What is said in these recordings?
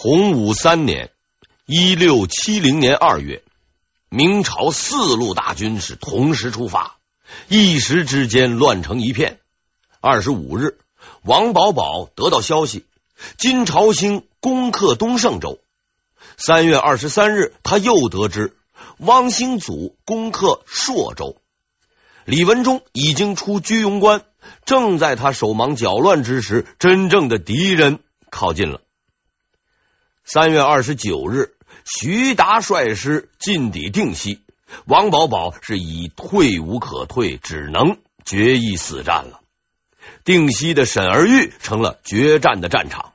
洪武3年，1670年2月，明朝4路大军是同时出发，一时之间乱成一片。25日，王保保得到消息，金朝兴攻克东胜州。3月23日，他又得知汪兴祖攻克朔州。李文忠已经出居庸关，正在他手忙脚乱之时，真正的敌人靠近了。3月29日，徐达率师进抵定西，王保保是已退无可退，只能决一死战了。定西的沈儿峪成了决战的战场。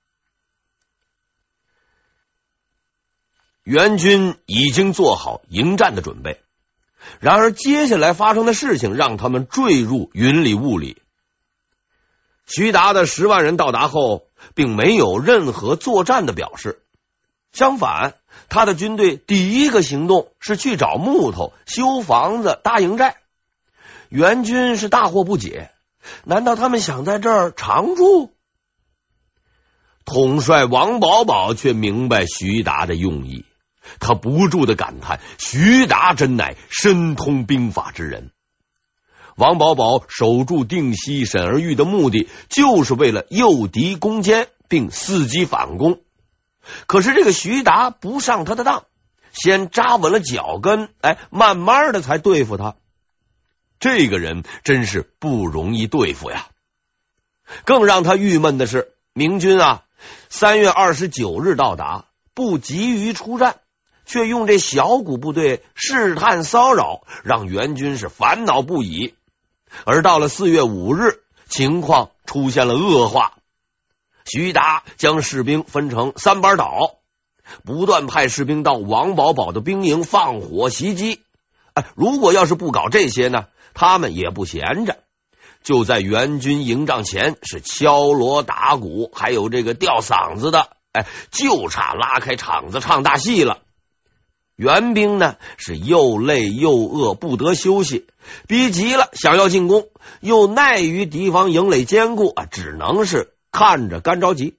援军已经做好迎战的准备，然而接下来发生的事情让他们坠入云里雾里。徐达的10万人到达后，并没有任何作战的表示，相反，他的军队第一个行动是去找木头、修房子、搭营寨。援军是大惑不解，难道他们想在这儿常住？统帅王保保却明白徐达的用意，他不住的感叹，徐达真乃深通兵法之人。王保保守住定西沈儿峪的目的，就是为了诱敌攻坚，并伺机反攻。可是这个徐达不上他的当，先扎稳了脚跟，慢慢的才对付他。这个人真是不容易对付呀。更让他郁闷的是，明军3月29日到达，不急于出战，却用这小股部队试探骚扰，让援军是烦恼不已。而到了4月5日，情况出现了恶化。徐达将士兵分成3班倒，不断派士兵到王保保的兵营放火袭击。如果要是不搞这些呢，他们也不闲着，就在援军营帐前是敲锣打鼓，还有这个吊嗓子的，就差拉开场子唱大戏了。援兵呢是又累又饿，不得休息，逼急了想要进攻，又奈于敌方营垒坚固，只能是看着干着急。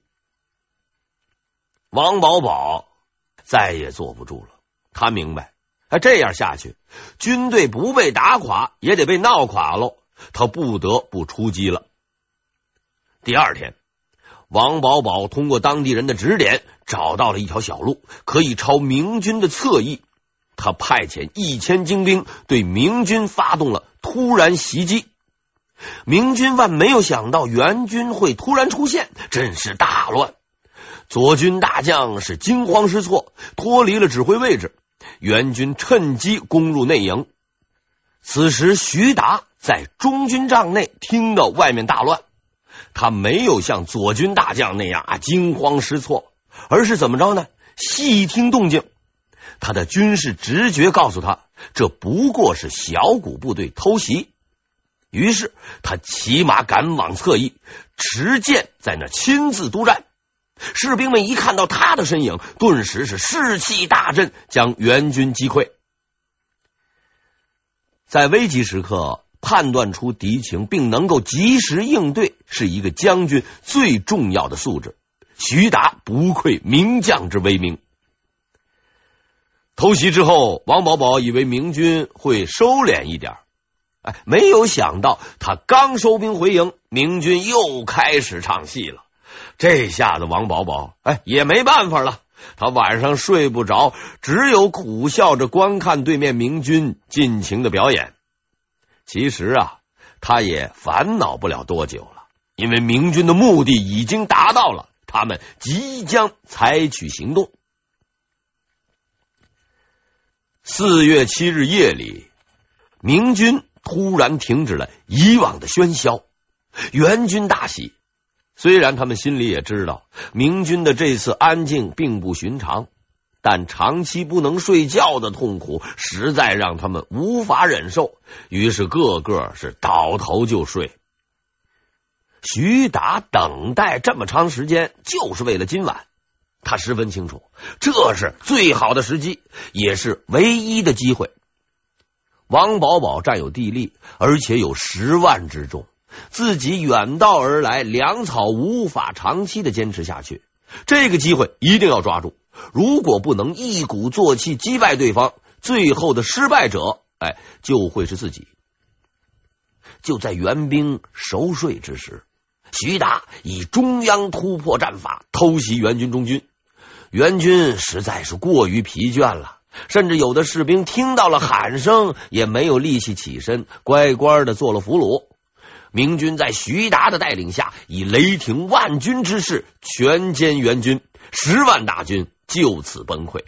王保保再也坐不住了，他明白这样下去，军队不被打垮也得被闹垮喽，他不得不出击了。第二天，王保保通过当地人的指点，找到了一条小路，可以抄明军的侧翼。他派遣1000精兵对明军发动了突然袭击。明军万没有想到援军会突然出现，真是大乱。左军大将是惊慌失措，脱离了指挥位置，援军趁机攻入内营。此时徐达在中军帐内听到外面大乱，他没有像左军大将那样惊慌失措，而是怎么着呢？细听动静。他的军事直觉告诉他，这不过是小股部队偷袭。于是他骑马赶往侧翼，持剑在那亲自督战。士兵们一看到他的身影，顿时是士气大振，将援军击溃。在危急时刻判断出敌情并能够及时应对，是一个将军最重要的素质。徐达不愧名将之威名。偷袭之后，王保保以为明军会收敛一点，没有想到他刚收兵回营，明军又开始唱戏了。这下子王保保也没办法了，他晚上睡不着，只有苦笑着观看对面明军尽情的表演。其实他也烦恼不了多久了，因为明军的目的已经达到了，他们即将采取行动。4月7日夜里，明军突然停止了以往的喧嚣，援军大喜。虽然他们心里也知道明军的这次安静并不寻常，但长期不能睡觉的痛苦实在让他们无法忍受，于是个个是倒头就睡。徐达等待这么长时间，就是为了今晚。他十分清楚，这是最好的时机，也是唯一的机会。王保保占有地利，而且有10万之众，自己远道而来，粮草无法长期的坚持下去， 这个机会一定要抓住。如果不能一鼓作气击败对方，最后的失败者就会是自己。就在援兵熟睡之时，徐达以中央突破战法偷袭援军中军。援军实在是过于疲倦了，甚至有的士兵听到了喊声也没有力气起身，乖乖的做了俘虏。明军在徐达的带领下，以雷霆万钧之势全歼援军，10万大军就此崩溃。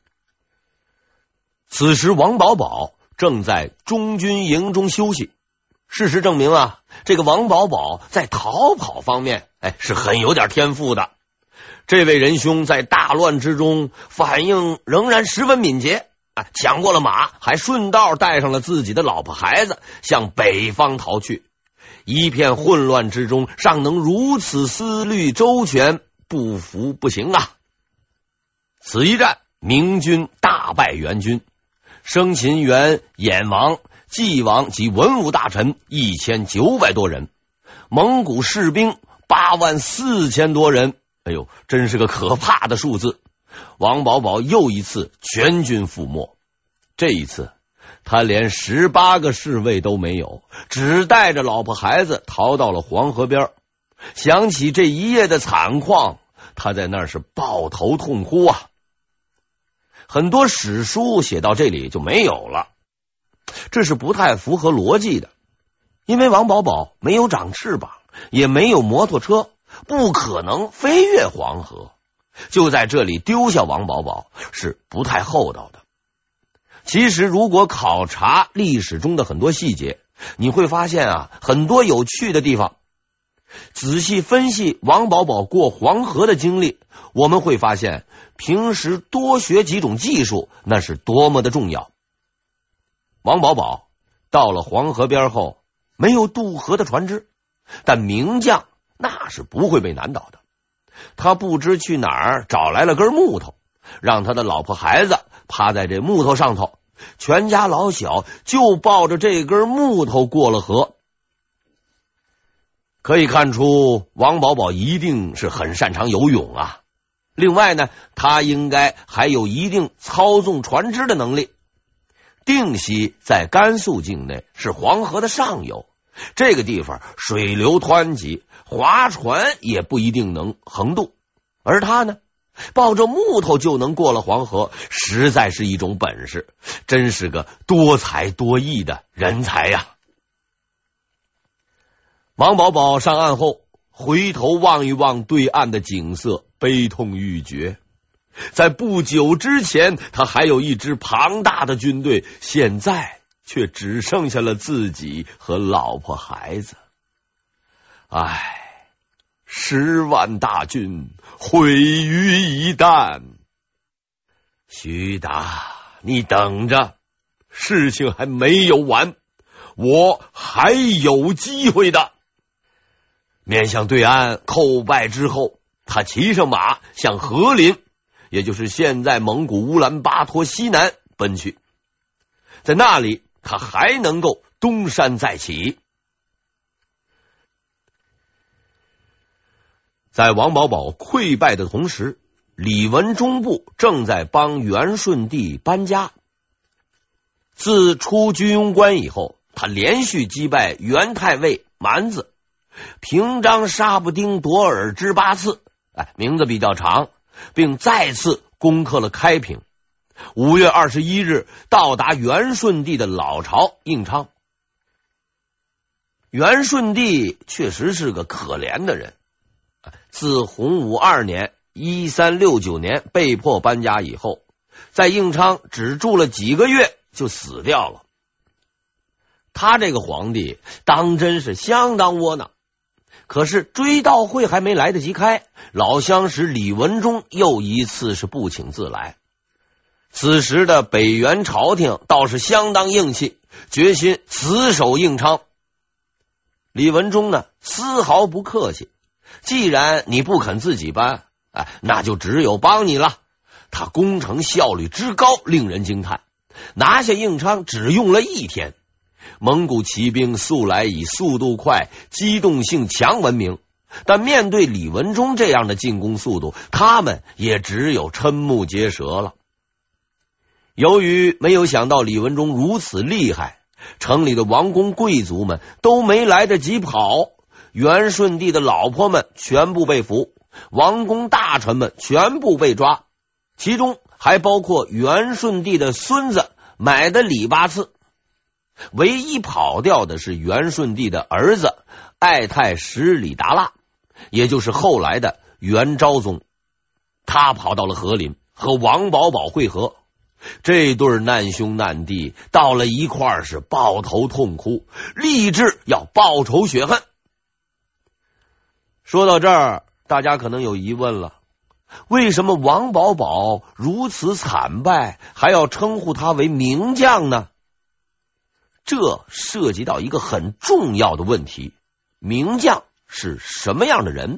此时王保保正在中军营中休息。事实证明啊，这个王保保在逃跑方面是很有点天赋的。这位仁兄在大乱之中反应仍然十分敏捷，抢过了马，还顺道带上了自己的老婆孩子向北方逃去。一片混乱之中尚能如此思虑周全，不服不行啊。此一战明军大败援军，生擒援衍王、纪王及文武大臣1900多人，蒙古士兵84000多人。哎呦，真是个可怕的数字。王保保又一次全军覆没。这一次他连18个侍卫都没有，只带着老婆孩子逃到了黄河边。想起这一夜的惨况，他在那儿是抱头痛哭啊。很多史书写到这里就没有了，这是不太符合逻辑的。因为王保保没有长翅膀，也没有摩托车，不可能飞越黄河，就在这里丢下王保保是不太厚道的。其实如果考察历史中的很多细节，你会发现很多有趣的地方。仔细分析王保保过黄河的经历，我们会发现平时多学几种技术那是多么的重要。王保保到了黄河边后，没有渡河的船只，但名将那是不会被难倒的。他不知去哪儿找来了根木头，让他的老婆孩子趴在这木头上头，全家老小就抱着这根木头过了河。可以看出王保保一定是很擅长游泳啊。另外呢，他应该还有一定操纵船只的能力。定西在甘肃境内，是黄河的上游，这个地方水流湍急，划船也不一定能横渡。而他呢，抱着木头就能过了黄河，实在是一种本事，真是个多才多艺的人才呀。王保保上岸后，回头望一望对岸的景色，悲痛欲绝。在不久之前，他还有一支庞大的军队，现在却只剩下了自己和老婆孩子。10万大军毁于一旦。徐达，你等着，事情还没有完，我还有机会的。面向对岸叩拜之后，他骑上马向和林，也就是现在蒙古乌兰巴托西南奔去。在那里他还能够东山再起。在王保保溃败的同时，李文忠部正在帮元顺帝搬家。自出居庸关以后，他连续击败元太尉蛮子、平章沙布丁朵尔之8次，名字比较长，并再次攻克了开平。5月21日到达元顺帝的老巢应昌。元顺帝确实是个可怜的人，自洪武2年1369年被迫搬家以后，在应昌只住了几个月就死掉了。他这个皇帝当真是相当窝囊。可是追悼会还没来得及开，老相识李文忠又一次是不请自来。此时的北元朝廷倒是相当硬气，决心死守应昌。李文忠呢，丝毫不客气，既然你不肯自己搬，那就只有帮你了。他攻城效率之高令人惊叹，拿下应昌只用了1天。蒙古骑兵素来以速度快、机动性强闻名， 但面对李文忠这样的进攻速度，他们也只有瞠目结舌了。由于没有想到李文忠如此厉害，城里的王公贵族们都没来得及跑，元顺帝的老婆们全部被俘，王公大臣们全部被抓，其中还包括元顺帝的孙子买的里八次。唯一跑掉的是元顺帝的儿子爱太史里达腊，也就是后来的元昭宗。他跑到了和林和王保保会合，这对难兄难弟到了一块儿是抱头痛哭，立志要报仇雪恨。说到这儿，大家可能有疑问了，为什么王保保如此惨败，还要称呼他为名将呢？这涉及到一个很重要的问题，名将是什么样的人？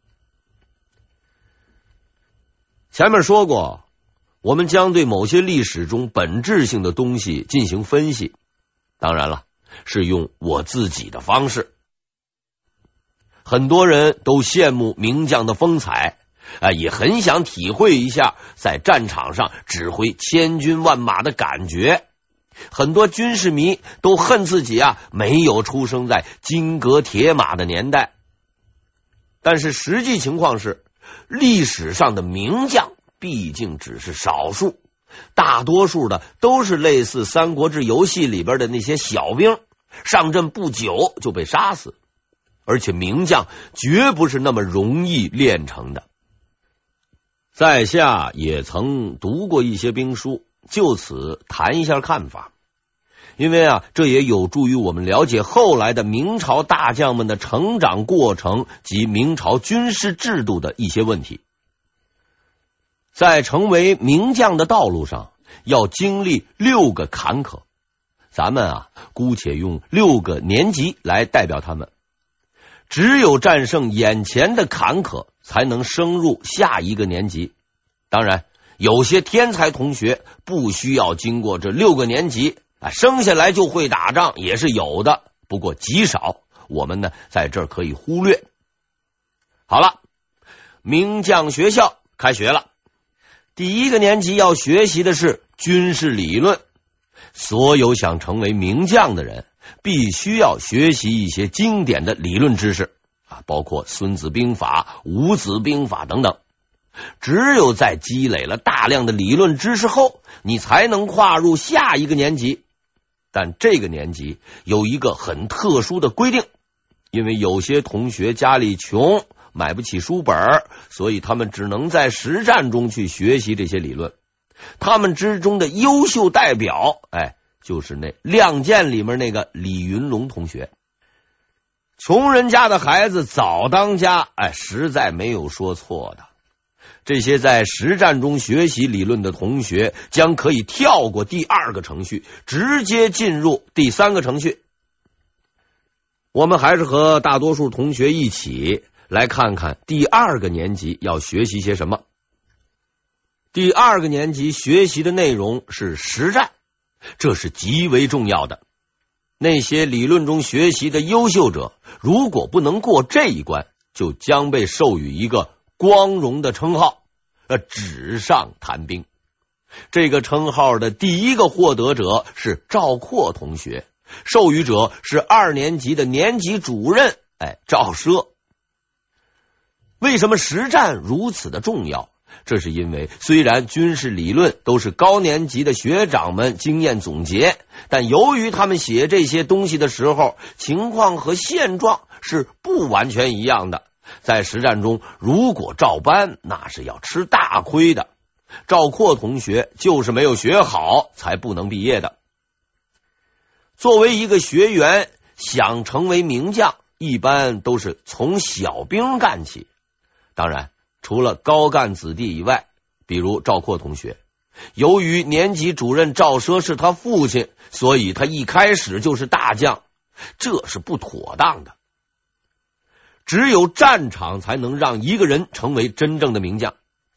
前面说过，我们将对某些历史中本质性的东西进行分析，当然了，是用我自己的方式。很多人都羡慕名将的风采，也很想体会一下在战场上指挥千军万马的感觉。很多军事迷都恨自己没有出生在金戈铁马的年代。但是实际情况是，历史上的名将毕竟只是少数，大多数的都是类似《三国志》游戏里边的那些小兵，上阵不久就被杀死。而且名将绝不是那么容易练成的。在下也曾读过一些兵书，就此谈一下看法。因为这也有助于我们了解后来的明朝大将们的成长过程及明朝军事制度的一些问题。在成为名将的道路上，要经历6个坎坷，咱们姑且用6个年级来代表他们。只有战胜眼前的坎坷，才能升入下一个年级。当然，有些天才同学不需要经过这6个年级，生下来就会打仗也是有的，不过极少，我们呢在这儿可以忽略。好了，名将学校开学了。第1个年级要学习的是军事理论。所有想成为名将的人，必须要学习一些经典的理论知识包括孙子兵法、五子兵法等等。只有在积累了大量的理论知识后，你才能跨入下一个年级。但这个年级有一个很特殊的规定，因为有些同学家里穷，买不起书本，所以他们只能在实战中去学习这些理论。他们之中的优秀代表，就是那《亮剑》里面那个李云龙同学。穷人家的孩子早当家，实在没有说错的。这些在实战中学习理论的同学，将可以跳过第2个程序，直接进入第3个程序。我们还是和大多数同学一起来看看第2个年级要学习些什么。第2个年级学习的内容是实战，这是极为重要的。那些理论中学习的优秀者，如果不能过这一关，就将被授予一个光荣的称号，纸上谈兵。这个称号的第1个获得者是赵括同学，授予者是2年级的年级主任赵奢。为什么实战如此的重要？这是因为虽然军事理论都是高年级的学长们经验总结，但由于他们写这些东西的时候，情况和现状是不完全一样的。在实战中，如果照搬，那是要吃大亏的。赵括同学就是没有学好，才不能毕业的。作为一个学员，想成为名将，一般都是从小兵干起。当然，除了高干子弟以外，比如赵括同学，由于年级主任赵奢是他父亲，所以他一开始就是大将，这是不妥当的。只有战场才能让一个人成为真正的名将。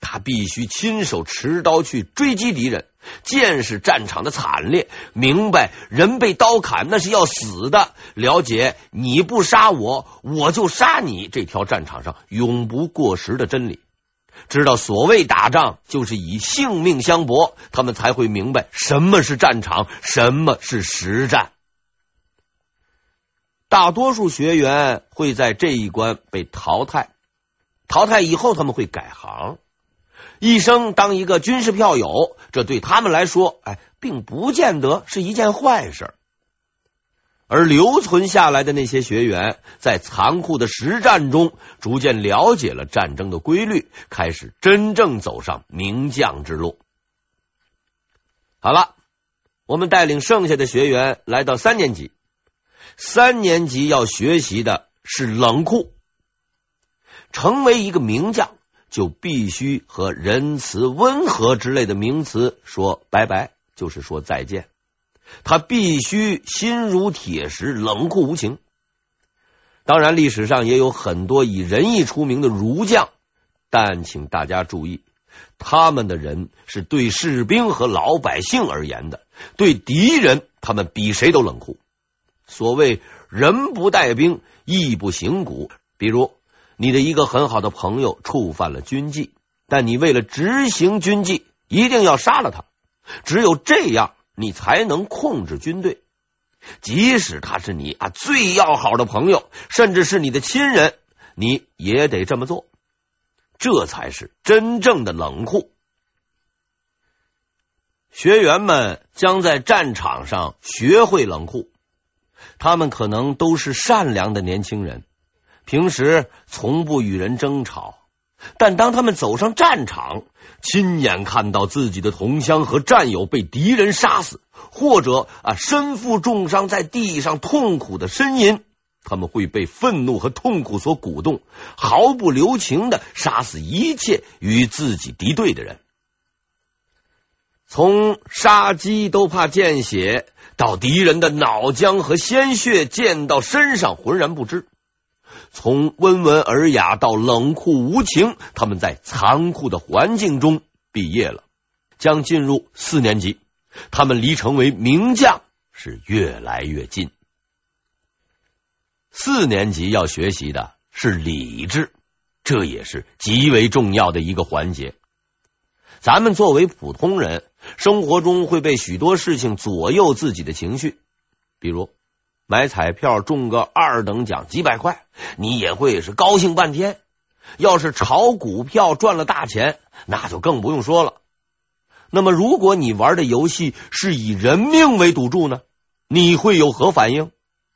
他必须亲手持刀去追击敌人，见识战场的惨烈，明白人被刀砍那是要死的，了解你不杀我，我就杀你这条战场上永不过时的真理。知道所谓打仗就是以性命相搏，他们才会明白什么是战场，什么是实战。大多数学员会在这一关被淘汰，淘汰以后他们会改行，一生当一个军事票友，这对他们来说并不见得是一件坏事。而留存下来的那些学员，在残酷的实战中逐渐了解了战争的规律，开始真正走上名将之路。好了，我们带领剩下的学员来到3年级。3年级要学习的是冷酷。成为一个名将，就必须和仁慈、温和之类的名词说拜拜，就是说再见。他必须心如铁石，冷酷无情。当然历史上也有很多以仁义出名的儒将，但请大家注意，他们的仁是对士兵和老百姓而言的，对敌人他们比谁都冷酷。所谓人不带兵，义不行古。比如你的一个很好的朋友触犯了军纪，但你为了执行军纪一定要杀了他，只有这样你才能控制军队。即使他是你最要好的朋友，甚至是你的亲人，你也得这么做。这才是真正的冷酷。学员们将在战场上学会冷酷，他们可能都是善良的年轻人，平时从不与人争吵，但当他们走上战场，亲眼看到自己的同乡和战友被敌人杀死，或者身负重伤在地上痛苦的呻吟，他们会被愤怒和痛苦所鼓动，毫不留情地杀死一切与自己敌对的人。从杀鸡都怕见血，到敌人的脑浆和鲜血溅到身上浑然不知，从温文尔雅到冷酷无情，他们在残酷的环境中毕业了，将进入4年级，他们离成为名将是越来越近。4年级要学习的是理智，这也是极为重要的一个环节。咱们作为普通人，生活中会被许多事情左右自己的情绪，比如买彩票中个2等奖几百块，你也会是高兴半天。要是炒股票赚了大钱，那就更不用说了。那么如果你玩的游戏是以人命为赌注呢，你会有何反应？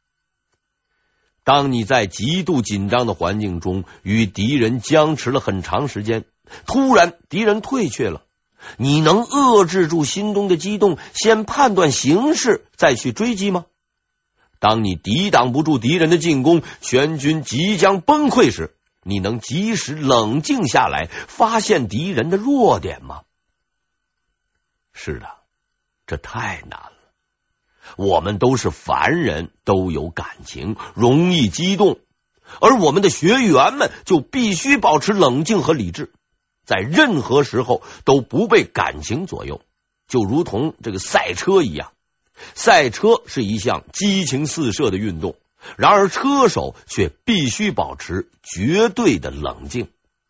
当你在极度紧张的环境中与敌人僵持了很长时间，突然敌人退却了，你能遏制住心中的激动，先判断形势再去追击吗？当你抵挡不住敌人的进攻，全军即将崩溃时，你能及时冷静下来，发现敌人的弱点吗？是的，这太难了。我们都是凡人，都有感情，容易激动，而我们的学员们就必须保持冷静和理智，在任何时候都不被感情左右，就如同这个赛车一样。赛车是一项激情四射的运动，然而车手却必须保持绝对的冷静。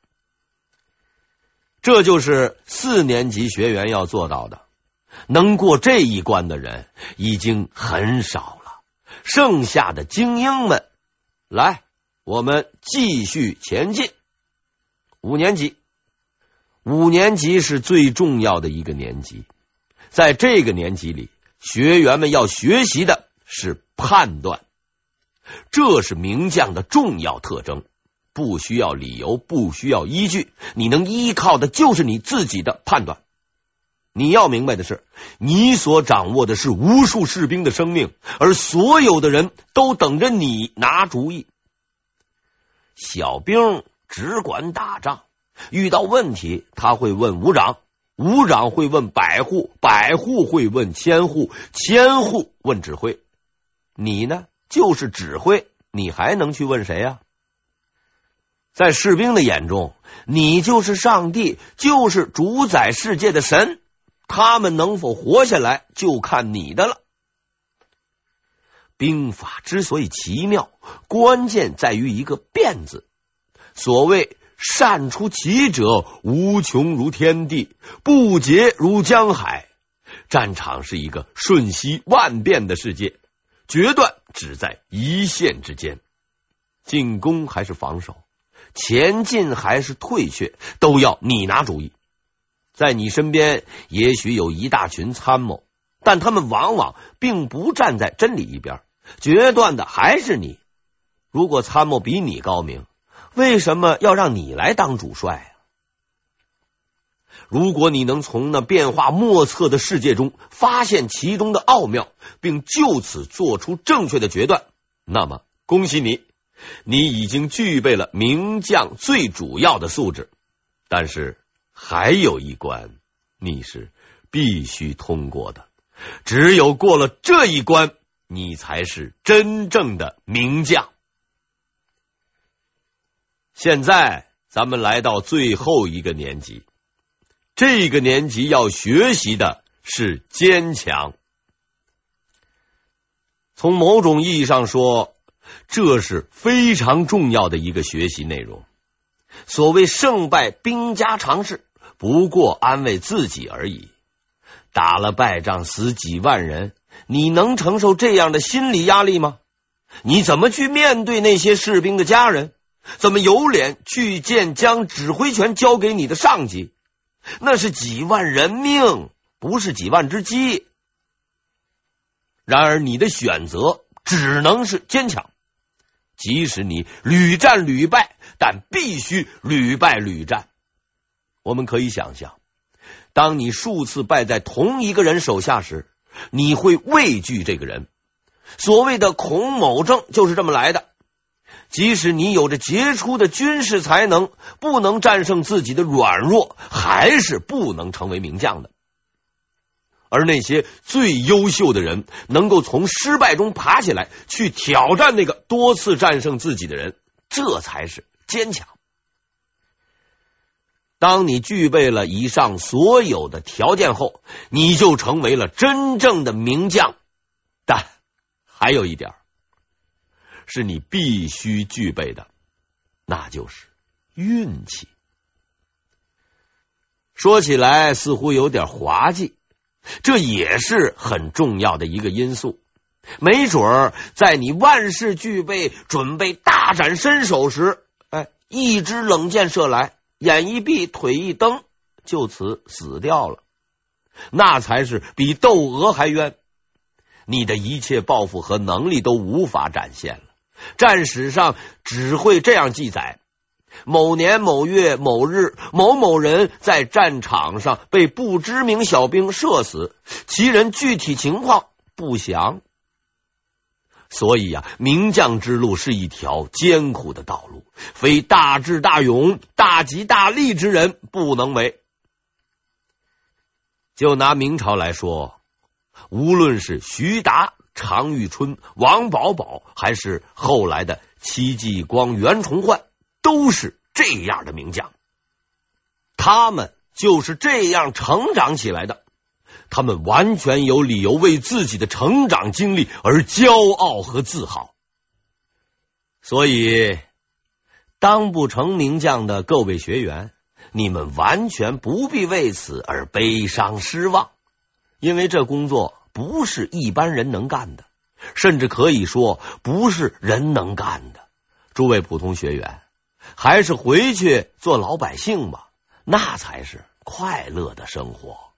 这就是4年级学员要做到的。能过这一关的人已经很少了，剩下的精英们，来，我们继续前进。5年级，5年级是最重要的一个年级，在这个年级里，学员们要学习的是判断，这是名将的重要特征，不需要理由，不需要依据，你能依靠的就是你自己的判断。你要明白的是，你所掌握的是无数士兵的生命，而所有的人都等着你拿主意。小兵只管打仗，遇到问题他会问伍长，伍长会问百户，百户会问千户，千户问指挥。你呢，就是指挥，你还能去问谁呀？ 在士兵的眼中，你就是上帝，就是主宰世界的神，他们能否活下来就看你的了。兵法之所以奇妙，关键在于一个变字。所谓善出奇者，无穷如天地，不竭如江海。战场是一个瞬息万变的世界，决断只在一线之间。进攻还是防守，前进还是退却，都要你拿主意。在你身边也许有一大群参谋，但他们往往并不站在真理一边，决断的还是你。如果参谋比你高明，为什么要让你来当主帅啊？如果你能从那变化莫测的世界中发现其中的奥妙，并就此做出正确的决断，那么恭喜你，你已经具备了名将最主要的素质。但是还有一关你是必须通过的，只有过了这一关，你才是真正的名将。现在咱们来到最后一个年级，这个年级要学习的是坚强。从某种意义上说，这是非常重要的一个学习内容。所谓胜败兵家常事，不过安慰自己而已。打了败仗死几万人，你能承受这样的心理压力吗？你怎么去面对那些士兵的家人？怎么有脸去见将指挥权交给你的上级？那是几万人命，不是几万只鸡。然而你的选择只能是坚强，即使你屡战屡败，但必须屡败屡战。我们可以想象，当你数次败在同一个人手下时，你会畏惧这个人。所谓的孔某症就是这么来的。即使你有着杰出的军事才能，不能战胜自己的软弱，还是不能成为名将的。而那些最优秀的人，能够从失败中爬起来，去挑战那个多次战胜自己的人，这才是坚强。当你具备了以上所有的条件后，你就成为了真正的名将。但还有一点是你必须具备的，那就是运气。说起来似乎有点滑稽，这也是很重要的一个因素。没准儿在你万事俱备，准备大展身手时，一支冷箭射来，眼一闭腿一蹬，就此死掉了，那才是比窦娥还冤。你的一切抱负和能力都无法展现了。战史上只会这样记载：某年某月某日，某某人在战场上被不知名小兵射死，其人具体情况不详。所以名将之路是一条艰苦的道路，非大智大勇、大吉大利之人不能为。就拿明朝来说，无论是徐达、常遇春、王保保，还是后来的戚继光、袁崇焕，都是这样的名将。他们就是这样成长起来的，他们完全有理由为自己的成长经历而骄傲和自豪。所以当不成名将的各位学员，你们完全不必为此而悲伤失望，因为这工作不是一般人能干的，甚至可以说不是人能干的。诸位普通学员，还是回去做老百姓吧，那才是快乐的生活。